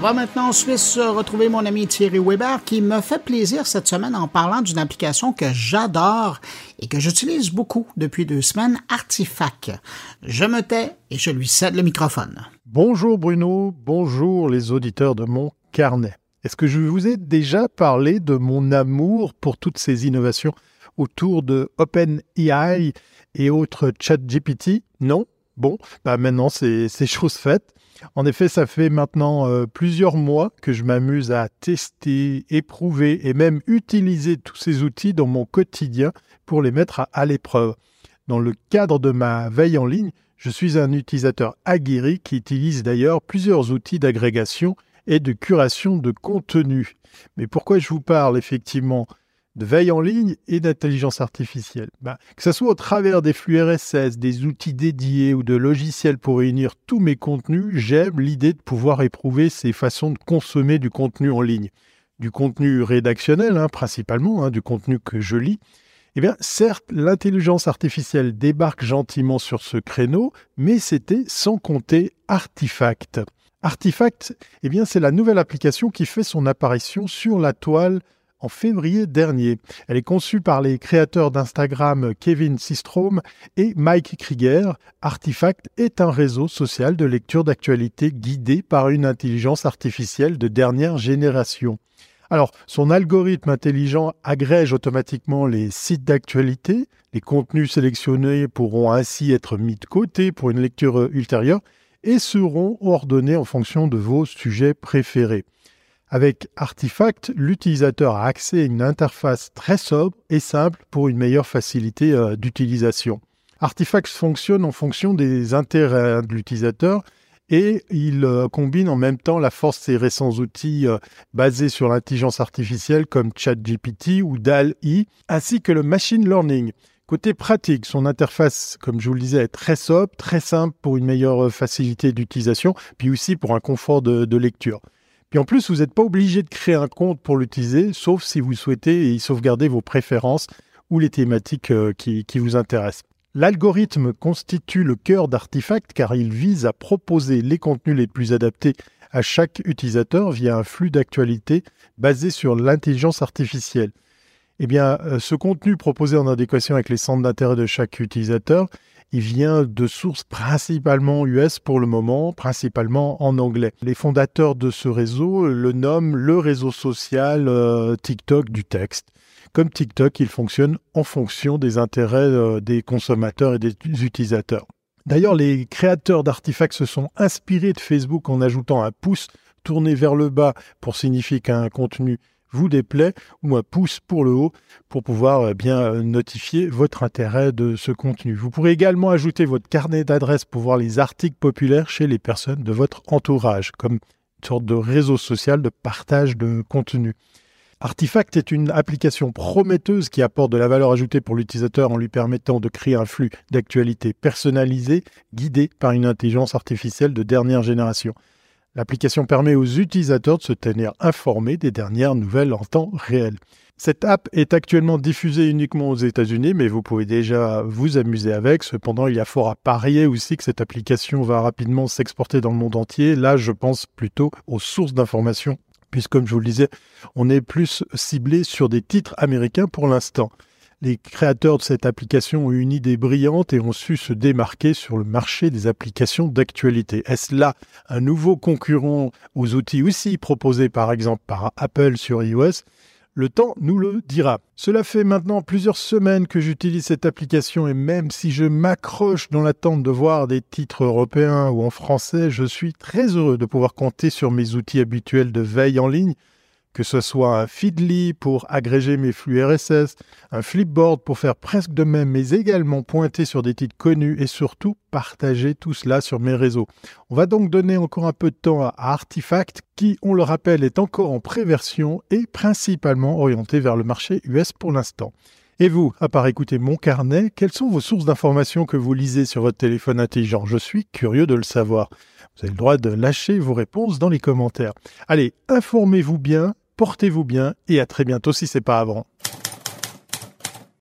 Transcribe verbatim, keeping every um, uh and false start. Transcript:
va maintenant en Suisse retrouver mon ami Thierry Weber qui me fait plaisir cette semaine en parlant d'une application que j'adore et que j'utilise beaucoup depuis deux semaines, Artifact. Je me tais et je lui cède le microphone. Bonjour Bruno, bonjour les auditeurs de mon carnet. Est-ce que je vous ai déjà parlé de mon amour pour toutes ces innovations autour de OpenAI et autres ChatGPT? Non? Bon, bah maintenant c'est, c'est chose faite. En effet, ça fait maintenant euh, plusieurs mois que je m'amuse à tester, éprouver et même utiliser tous ces outils dans mon quotidien pour les mettre à, à l'épreuve. Dans le cadre de ma veille en ligne, je suis un utilisateur aguerri qui utilise d'ailleurs plusieurs outils d'agrégation et de curation de contenu. Mais pourquoi je vous parle effectivement de veille en ligne et d'intelligence artificielle? Bah, que ce soit au travers des flux R S S, des outils dédiés ou de logiciels pour réunir tous mes contenus, j'aime l'idée de pouvoir éprouver ces façons de consommer du contenu en ligne. Du contenu rédactionnel, hein, principalement, hein, du contenu que je lis. Eh bien, certes, l'intelligence artificielle débarque gentiment sur ce créneau, mais c'était sans compter Artifact. Artifact, eh bien, c'est la nouvelle application qui fait son apparition sur la toile en février dernier. Elle est conçue par les créateurs d'Instagram Kevin Systrom et Mike Krieger. Artifact est un réseau social de lecture d'actualité guidé par une intelligence artificielle de dernière génération. Alors, son algorithme intelligent agrège automatiquement les sites d'actualité. Les contenus sélectionnés pourront ainsi être mis de côté pour une lecture ultérieure et seront ordonnés en fonction de vos sujets préférés. Avec Artifact, l'utilisateur a accès à une interface très sobre et simple pour une meilleure facilité euh, d'utilisation. Artifact fonctionne en fonction des intérêts de l'utilisateur et il euh, combine en même temps la force de ses récents outils euh, basés sur l'intelligence artificielle comme ChatGPT ou D A L L-E, ainsi que le machine learning. Côté pratique, son interface, comme je vous le disais, est très sobre, très simple pour une meilleure facilité d'utilisation, puis aussi pour un confort de, de lecture. Puis en plus, vous n'êtes pas obligé de créer un compte pour l'utiliser, sauf si vous souhaitez y sauvegarder vos préférences ou les thématiques euh, qui, qui vous intéressent. L'algorithme constitue le cœur d'Artifact car il vise à proposer les contenus les plus adaptés à chaque utilisateur via un flux d'actualité basé sur l'intelligence artificielle. Eh bien, euh, ce contenu proposé en adéquation avec les centres d'intérêt de chaque utilisateur, il vient de sources principalement U S pour le moment, principalement en anglais. Les fondateurs de ce réseau le nomment le réseau social euh, TikTok du texte. Comme TikTok, il fonctionne en fonction des intérêts euh, des consommateurs et des utilisateurs. D'ailleurs, les créateurs d'Artifact se sont inspirés de Facebook en ajoutant un pouce tourné vers le bas pour signifier qu'un contenu vous déplaît ou un pouce pour le haut pour pouvoir bien notifier votre intérêt de ce contenu. Vous pourrez également ajouter votre carnet d'adresses pour voir les articles populaires chez les personnes de votre entourage, comme une sorte de réseau social de partage de contenu. Artifact est une application prometteuse qui apporte de la valeur ajoutée pour l'utilisateur en lui permettant de créer un flux d'actualité personnalisé, guidé par une intelligence artificielle de dernière génération. L'application permet aux utilisateurs de se tenir informés des dernières nouvelles en temps réel. Cette app est actuellement diffusée uniquement aux États-Unis, mais vous pouvez déjà vous amuser avec. Cependant, il y a fort à parier aussi que cette application va rapidement s'exporter dans le monde entier. Là, je pense plutôt aux sources d'informations, puisque, comme je vous le disais, on est plus ciblé sur des titres américains pour l'instant. Les créateurs de cette application ont eu une idée brillante et ont su se démarquer sur le marché des applications d'actualité. Est-ce là un nouveau concurrent aux outils aussi proposés par exemple par Apple sur iOS ? Le temps nous le dira. Cela fait maintenant plusieurs semaines que j'utilise cette application et même si je m'accroche dans l'attente de voir des titres européens ou en français, je suis très heureux de pouvoir compter sur mes outils habituels de veille en ligne, que ce soit un Feedly pour agréger mes flux R S S, un Flipboard pour faire presque de même, mais également pointer sur des titres connus et surtout partager tout cela sur mes réseaux. On va donc donner encore un peu de temps à Artifact, qui, on le rappelle, est encore en pré-version et principalement orienté vers le marché U S pour l'instant. Et vous, à part écouter mon carnet, quelles sont vos sources d'informations que vous lisez sur votre téléphone intelligent ? Je suis curieux de le savoir. Vous avez le droit de lâcher vos réponses dans les commentaires. Allez, informez-vous bien, portez-vous bien et à très bientôt si ce n'est pas avant.